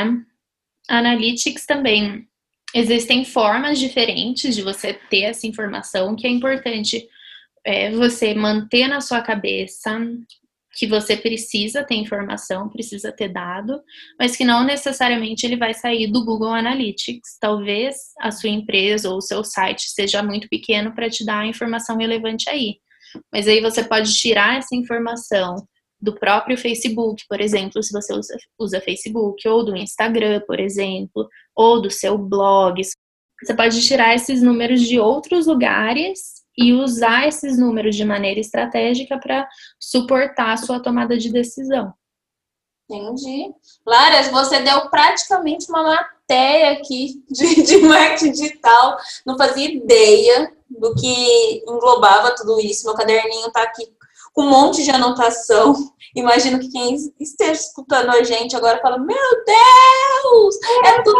Analytics também. Existem formas diferentes de você ter essa informação, que é importante você manter na sua cabeça que você precisa ter informação, precisa ter dado, mas que não necessariamente ele vai sair do Google Analytics. Talvez a sua empresa ou o seu site seja muito pequeno para te dar a informação relevante aí. Mas aí você pode tirar essa informação do próprio Facebook, por exemplo, se você usa Facebook, ou do Instagram, por exemplo, ou do seu blog. Você pode tirar esses números de outros lugares e usar esses números de maneira estratégica para suportar a sua tomada de decisão. Entendi. Laras, você deu praticamente uma matéria aqui de marketing digital. Não fazia ideia do que englobava tudo isso. Meu caderninho está aqui com um monte de anotação. Imagino que quem esteja escutando a gente agora fala, meu Deus, é tudo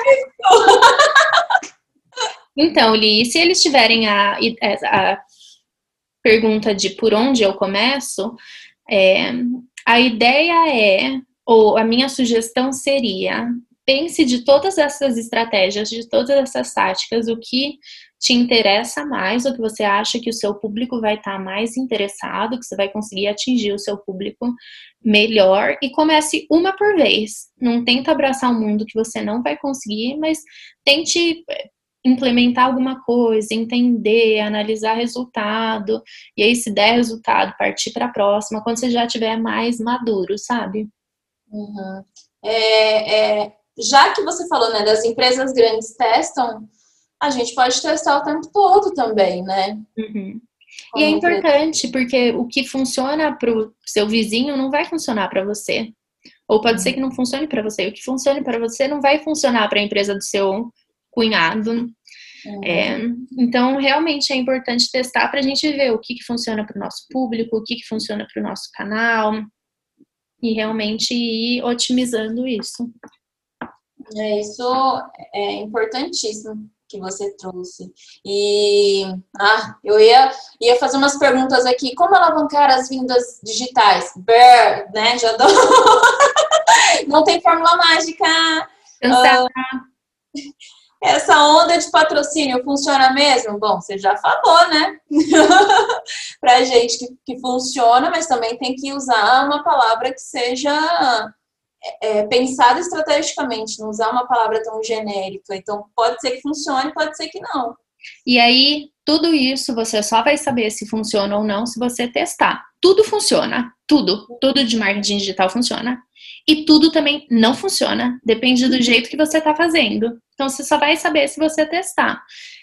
isso. Então, Li, se eles tiverem a pergunta de por onde eu começo, a ideia ou a minha sugestão seria, pense de todas essas estratégias, de todas essas táticas, o que te interessa mais, o que você acha que o seu público vai estar mais interessado, que você vai conseguir atingir o seu público melhor, e comece uma por vez. Não tenta abraçar um mundo que você não vai conseguir, mas tente implementar alguma coisa, entender, analisar resultado, e aí se der resultado, partir para a próxima, quando você já estiver mais maduro, sabe? Uhum. Já que você falou, né, das empresas grandes testam, a gente pode testar o tempo todo também, né? Uhum. E é importante, porque o que funciona para o seu vizinho não vai funcionar para você. Ou pode ser que não funcione para você. O que funcione para você não vai funcionar para a empresa do seu cunhado. Então, realmente é importante testar para a gente ver o que funciona para o nosso público, o que funciona para o nosso canal, e realmente ir otimizando isso. Isso é importantíssimo que você trouxe. E eu ia fazer umas perguntas aqui. Como alavancar as vendas digitais? Né? Já dou. Não tem fórmula mágica. Essa onda de patrocínio funciona mesmo? Bom, você já falou, né? Pra gente que funciona, mas também tem que usar uma palavra que seja pensada estrategicamente, não usar uma palavra tão genérica. Então, pode ser que funcione, pode ser que não. E aí, tudo isso você só vai saber se funciona ou não se você testar. Tudo funciona, tudo de marketing digital funciona. E tudo também não funciona, depende do jeito que você está fazendo. Então, você só vai saber se você testar.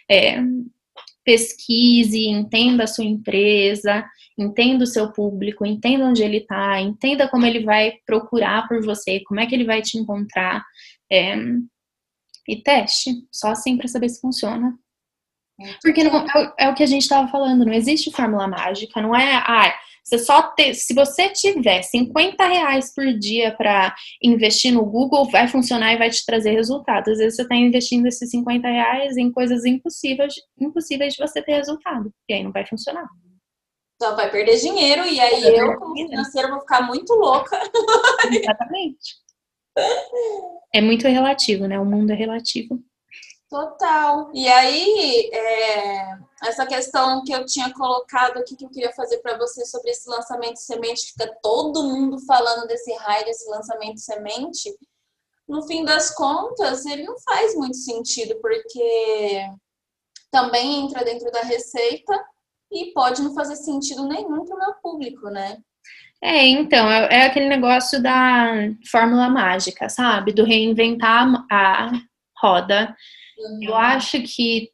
Pesquise, entenda a sua empresa, entenda o seu público, entenda onde ele está, entenda como ele vai procurar por você, como é que ele vai te encontrar. E teste, só assim para saber se funciona. Porque não, é o que a gente estava falando, não existe fórmula mágica, não é, se você tiver R$50 por dia para investir no Google, vai funcionar e vai te trazer resultado. Às vezes você está investindo esses R$50 em coisas impossíveis de você ter resultado, e aí não vai funcionar. Só vai perder dinheiro, e aí eu, como financeira, vou ficar muito louca. Exatamente. É muito relativo, né? O mundo é relativo. Total. E aí, essa questão que eu tinha colocado aqui, que eu queria fazer para você sobre esse lançamento semente, fica todo mundo falando desse raio, desse lançamento semente. No fim das contas, ele não faz muito sentido, porque também entra dentro da receita e pode não fazer sentido nenhum para o meu público, né? Então, é aquele negócio da fórmula mágica, sabe? Do reinventar a roda. Eu acho que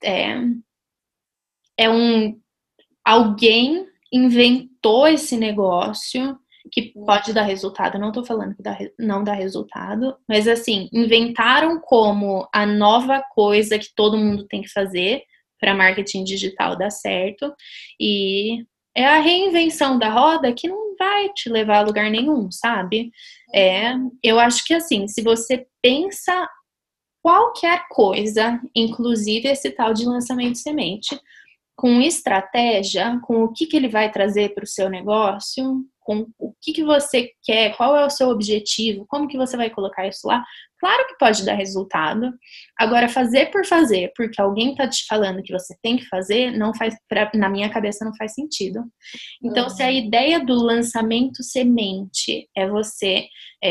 alguém inventou esse negócio que pode dar resultado. Eu não tô falando que não dá resultado, mas assim, inventaram como a nova coisa que todo mundo tem que fazer para marketing digital dar certo, e é a reinvenção da roda que não vai te levar a lugar nenhum, sabe? Eu acho que assim, se você pensa qualquer coisa, inclusive esse tal de lançamento semente, com estratégia, com o que ele vai trazer para o seu negócio, com o que você quer, qual é o seu objetivo, como que você vai colocar isso lá, claro que pode dar resultado. Agora, fazer por fazer, porque alguém está te falando que você tem que fazer, não faz, na minha cabeça não faz sentido. Então, se a ideia do lançamento semente é você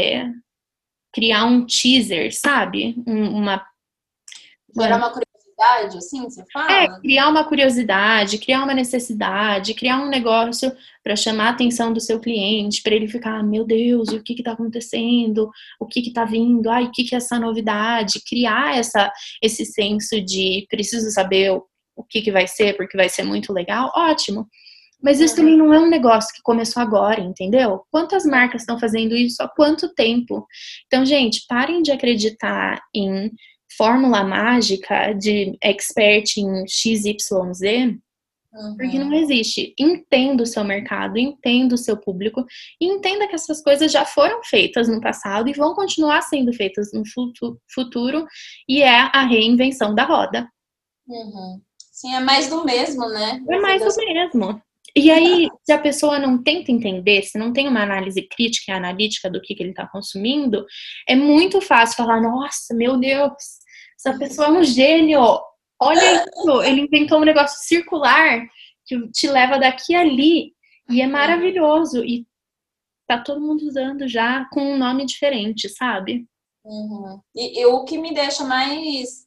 criar um teaser, sabe? Gerar uma curiosidade, assim, você fala? Criar uma curiosidade, criar uma necessidade, criar um negócio para chamar a atenção do seu cliente, para ele ficar, meu Deus, o que está acontecendo? O que está vindo? Ai, o que é essa novidade? Criar esse senso de preciso saber o que vai ser, porque vai ser muito legal, ótimo. Mas isso também não é um negócio que começou agora, entendeu? Quantas marcas estão fazendo isso há quanto tempo? Então, gente, parem de acreditar em fórmula mágica de expert em XYZ, porque não existe. Entenda o seu mercado, entenda o seu público e entenda que essas coisas já foram feitas no passado e vão continuar sendo feitas no futuro, e é a reinvenção da roda. Sim, é mais do mesmo, né? É mais do mesmo. E aí, se a pessoa não tenta entender, se não tem uma análise crítica e analítica do que ele está consumindo, é muito fácil falar, nossa, meu Deus, essa pessoa é um gênio, olha isso, ele inventou um negócio circular que te leva daqui a ali, e é maravilhoso, e tá todo mundo usando já com um nome diferente, sabe? E o que me deixa mais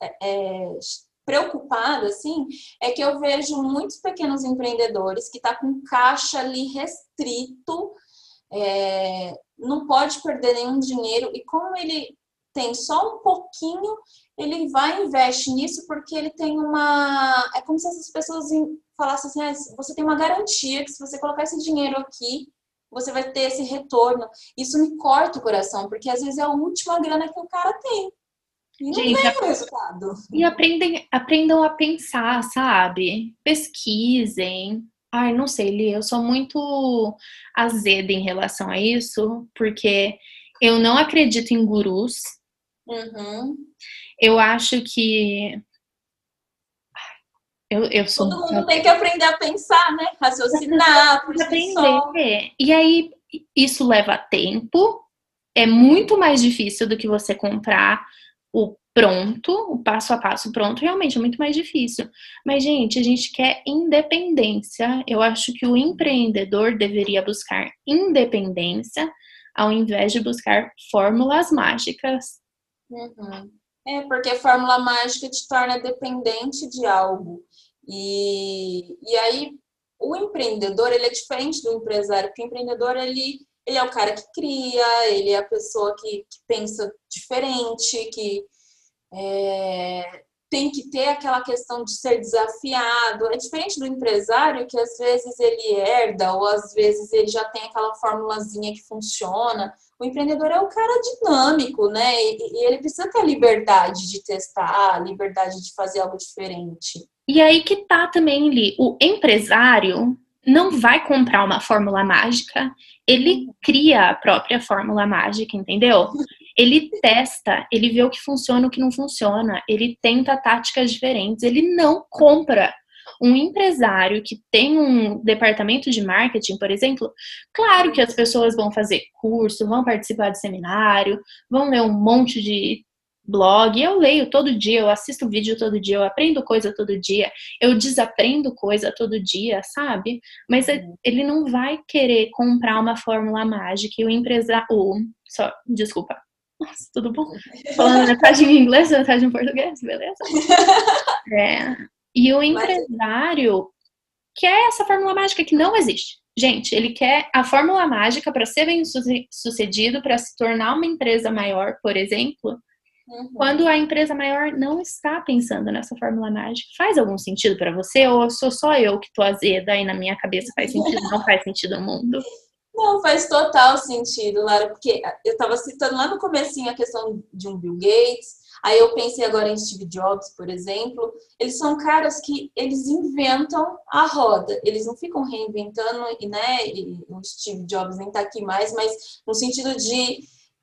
preocupada, assim, é que eu vejo muitos pequenos empreendedores que tá com caixa ali restrito, não pode perder nenhum dinheiro, e como ele tem só um pouquinho, ele vai e investe nisso porque ele tem é como se essas pessoas falassem assim, você tem uma garantia que se você colocar esse dinheiro aqui, você vai ter esse retorno. Isso me corta o coração, porque às vezes é a última grana que o cara tem. E não vem o resultado. E aprendam a pensar, sabe? Pesquisem. Ai, não sei, Li, eu sou muito azeda em relação a isso, porque eu não acredito em gurus. Eu acho que eu sou todo mundo tem que aprender a pensar, né? Raciocinar, por si só. E aí, isso leva tempo, é muito mais difícil do que você comprar o pronto, o passo a passo pronto, realmente é muito mais difícil. Mas, gente, a gente quer independência. Eu acho que o empreendedor deveria buscar independência ao invés de buscar fórmulas mágicas. Porque fórmula mágica te torna dependente de algo. E aí, o empreendedor, ele é diferente do empresário, porque o empreendedor, ele é o cara que cria, ele é a pessoa que pensa diferente, que tem que ter aquela questão de ser desafiado. É diferente do empresário, que às vezes ele herda, ou às vezes ele já tem aquela formulazinha que funciona. O empreendedor é o cara dinâmico, né? E ele precisa ter a liberdade de testar, a liberdade de fazer algo diferente. E aí que tá também, Li, o empresário não vai comprar uma fórmula mágica, ele cria a própria fórmula mágica, entendeu? Ele testa, ele vê o que funciona, o que não funciona, ele tenta táticas diferentes, ele não compra. Um empresário que tem um departamento de marketing, por exemplo, claro que as pessoas vão fazer curso, vão participar de seminário, vão ler um monte de blog, eu leio todo dia, eu assisto vídeo todo dia, eu aprendo coisa todo dia, eu desaprendo coisa todo dia, sabe? Mas ele não vai querer comprar uma fórmula mágica e o empresário... Desculpa. Nossa, tudo bom? Falando metade em inglês, metade em português, beleza? E o empresário quer essa fórmula mágica que não existe. Gente, ele quer a fórmula mágica para ser bem sucedido, para se tornar uma empresa maior, por exemplo, quando a empresa maior não está pensando nessa fórmula mágica. Faz algum sentido para você? Ou sou só eu que tô azeda e na minha cabeça faz sentido? Não faz sentido no mundo? Não, faz total sentido, Lara, porque eu estava citando lá no comecinho a questão de um Bill Gates, aí eu pensei agora em Steve Jobs, por exemplo. Eles são caras que eles inventam a roda, eles não ficam reinventando, né? E o Steve Jobs nem tá aqui mais, mas no sentido de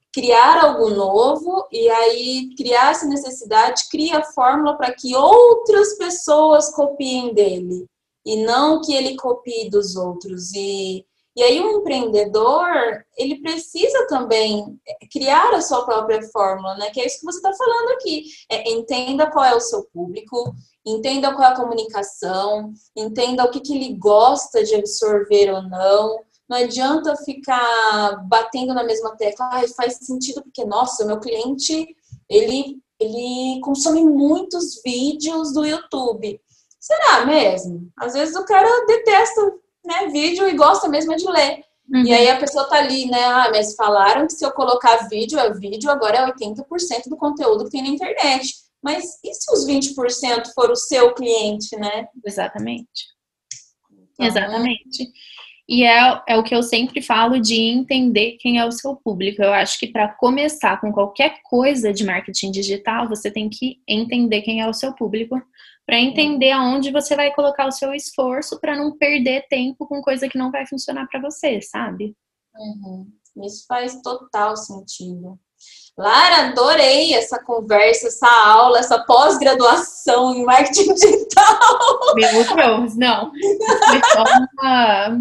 criar algo novo e aí criar essa necessidade, cria a fórmula para que outras pessoas copiem dele e não que ele copie dos outros. E aí um empreendedor, ele precisa também criar a sua própria fórmula, né? Que é isso que você está falando aqui. Entenda qual é o seu público, entenda qual é a comunicação, entenda o que ele gosta de absorver ou não. Não adianta ficar batendo na mesma tecla. Faz sentido porque, nossa, o meu cliente, ele consome muitos vídeos do YouTube. Será mesmo? Às vezes o cara detesta, né, vídeo e gosta mesmo de ler. Uhum. E aí a pessoa tá ali, né? Mas falaram que se eu colocar vídeo, agora é 80% do conteúdo que tem na internet. Mas e se os 20% for o seu cliente, né? Exatamente. Então, exatamente. E é o que eu sempre falo de entender quem é o seu público. Eu acho que para começar com qualquer coisa de marketing digital, você tem que entender quem é o seu público, para entender aonde você vai colocar o seu esforço para não perder tempo com coisa que não vai funcionar para você, sabe? Uhum. Isso faz total sentido. Lara, adorei essa conversa, essa aula, essa pós-graduação em marketing digital. Meu Deus, não. Foi só uma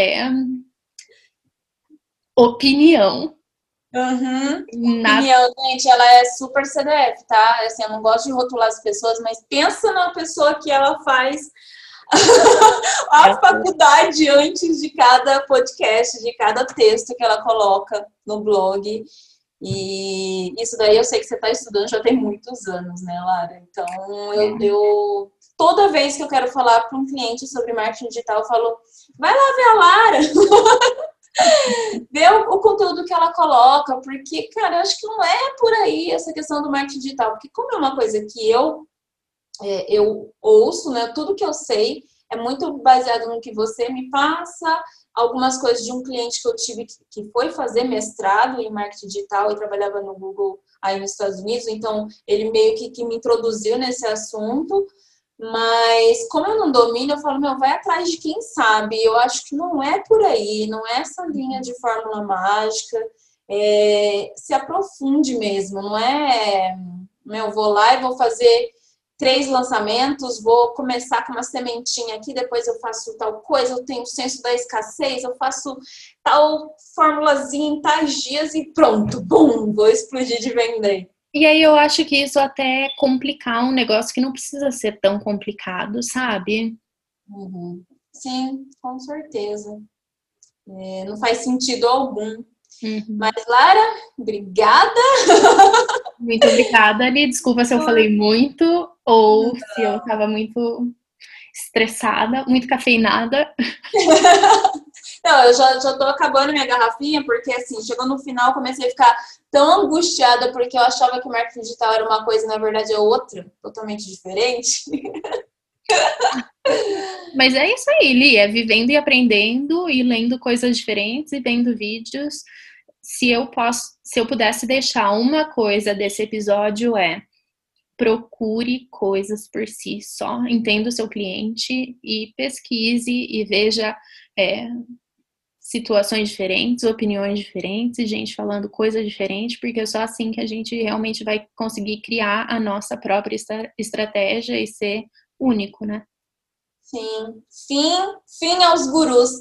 opinião. Uhum. Opinião, gente, ela é super CDF, tá? Assim, eu não gosto de rotular as pessoas, mas pensa na pessoa que ela faz a faculdade antes de cada podcast, de cada texto que ela coloca no blog. E isso daí eu sei que você está estudando já tem muitos anos, né, Lara? Então, eu toda vez que eu quero falar para um cliente sobre marketing digital, eu falo, vai lá ver a Lara. Ver o conteúdo que ela coloca, porque, cara, eu acho que não é por aí essa questão do marketing digital, porque como é uma coisa que eu ouço, né, tudo que eu sei é muito baseado no que você me passa, algumas coisas de um cliente que eu tive que foi fazer mestrado em marketing digital e trabalhava no Google aí nos Estados Unidos, então ele meio que me introduziu nesse assunto. Mas como eu não domino, eu falo, vai atrás de quem sabe. Eu acho que não é por aí, não é essa linha de fórmula mágica. Se aprofunde mesmo, não é... Eu vou lá e vou fazer 3 lançamentos, vou começar com uma sementinha aqui, depois eu faço tal coisa, eu tenho o senso da escassez, eu faço tal formulazinha em tais dias e pronto, bum, vou explodir de vender. E aí eu acho que isso até é complicar um negócio que não precisa ser tão complicado, sabe? Uhum. Sim, com certeza. Não faz sentido algum. Uhum. Mas, Lara, obrigada. Muito obrigada, Ali. Desculpa se eu falei muito ou se eu estava muito estressada, muito cafeinada. Não, eu já tô acabando minha garrafinha, porque assim, chegou no final, comecei a ficar tão angustiada, porque eu achava que o marketing digital era uma coisa, na verdade é outra, totalmente diferente. Mas é isso aí, Li, é vivendo e aprendendo e lendo coisas diferentes e vendo vídeos. Se eu pudesse deixar uma coisa desse episódio procure coisas por si só, entenda o seu cliente e pesquise e veja situações diferentes, opiniões diferentes, gente falando coisas diferentes, porque é só assim que a gente realmente vai conseguir criar a nossa própria estratégia e ser único, né? Sim. Fim aos gurus.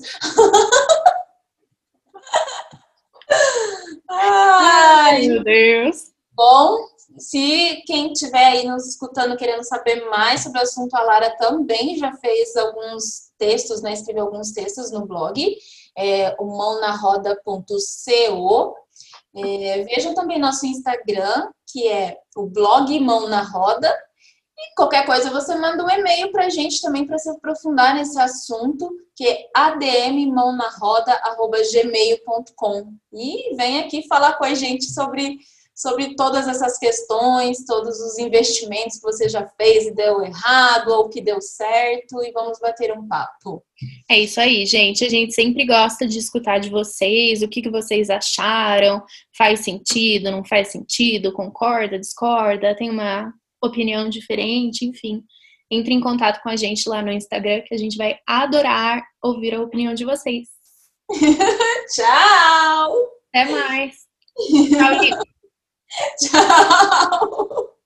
Ai, meu Deus. Bom, se quem estiver aí nos escutando querendo saber mais sobre o assunto, a Lara também já fez alguns textos, né? Escreveu alguns textos no blog, o mãonaroda.co. Vejam também nosso Instagram, que é o blog Mão na Roda. E qualquer coisa você manda um e-mail para a gente também para se aprofundar nesse assunto, que é admmãonaroda@gmail.com. E vem aqui falar com a gente sobre todas essas questões, todos os investimentos que você já fez e deu errado, ou que deu certo, e vamos bater um papo. É isso aí, gente. A gente sempre gosta de escutar de vocês, o que vocês acharam, faz sentido, não faz sentido, concorda, discorda, tem uma opinião diferente, enfim. Entre em contato com a gente lá no Instagram, que a gente vai adorar ouvir a opinião de vocês. Tchau! Até mais! Tchau, Li. Tchau!